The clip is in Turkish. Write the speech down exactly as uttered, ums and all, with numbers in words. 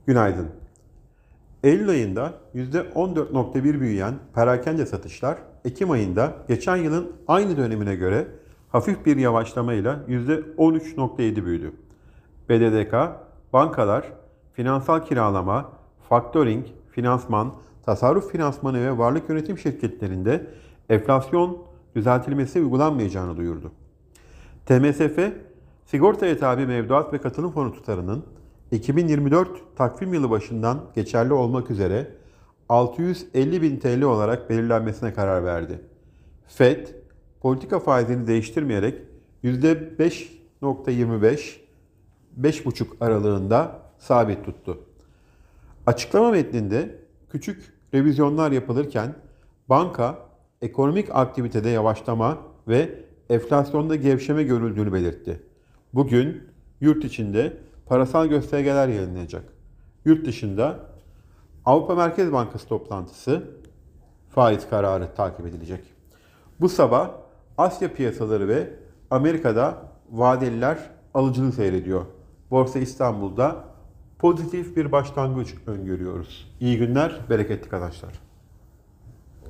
Günaydın. Eylül ayında yüzde on dört nokta bir büyüyen perakende satışlar, Ekim ayında geçen yılın aynı dönemine göre hafif bir yavaşlamayla yüzde on üç nokta yedi büyüdü. B D D K, bankalar, finansal kiralama, faktöring, finansman, tasarruf finansmanı ve varlık yönetim şirketlerinde enflasyon düzeltilmesi uygulanmayacağını duyurdu. T M S F, sigortaya tabi mevduat ve katılım fonu tutarının iki bin yirmi dört takvim yılı başından geçerli olmak üzere altı yüz elli bin T L olarak belirlenmesine karar verdi. Fed, politika faizini değiştirmeyerek yüzde beş nokta yirmi beş beş virgül beş aralığında sabit tuttu. Açıklama metninde küçük revizyonlar yapılırken banka, ekonomik aktivitede yavaşlama ve enflasyonda gevşeme görüldüğünü belirtti. Bugün yurt içinde parasal göstergeler yayınlanacak. Yurt dışında Avrupa Merkez Bankası toplantısı, faiz kararı takip edilecek. Bu sabah Asya piyasaları ve Amerika'da vadeliler alıcılı seyrediyor. Borsa İstanbul'da pozitif bir başlangıç öngörüyoruz. İyi günler, bereketli kazançlar.